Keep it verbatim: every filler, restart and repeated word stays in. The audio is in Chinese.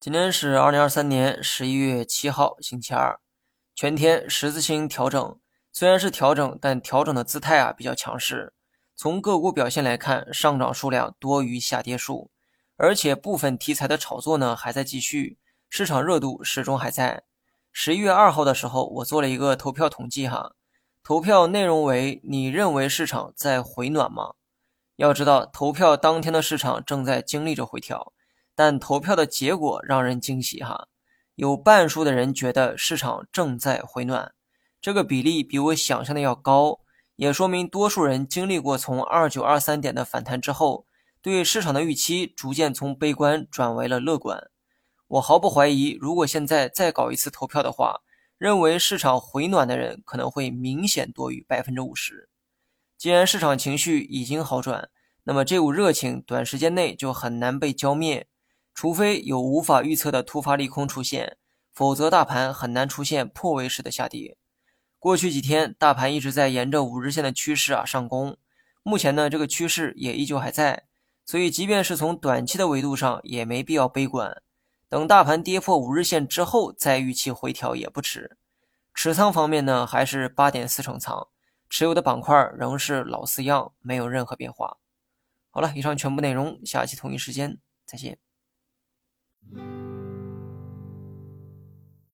今天是二零二三年十一月七号，星期二，全天十字星调整。虽然是调整，但调整的姿态啊比较强势。从个股表现来看，上涨数量多于下跌数，而且部分题材的炒作呢还在继续，市场热度始终还在。十一月二号的时候，我做了一个投票统计哈，投票内容为：你认为市场在回暖吗？要知道，投票当天的市场正在经历着回调。但投票的结果让人惊喜哈，有半数的人觉得市场正在回暖，这个比例比我想象的要高，也说明多数人经历过从二九二三点的反弹之后，对市场的预期逐渐从悲观转为了乐观。我毫不怀疑，如果现在再搞一次投票的话，认为市场回暖的人可能会明显多于 百分之五十。 既然市场情绪已经好转，那么这股热情短时间内就很难被浇灭，除非有无法预测的突发利空出现，否则大盘很难出现破位式的下跌。过去几天大盘一直在沿着五日线的趋势啊上攻，目前呢这个趋势也依旧还在，所以即便是从短期的维度上也没必要悲观，等大盘跌破五日线之后再预期回调也不迟。持仓方面呢还是 八点四 成仓，持有的板块仍是老四样，没有任何变化。好了，以上全部内容，下期同一时间再见。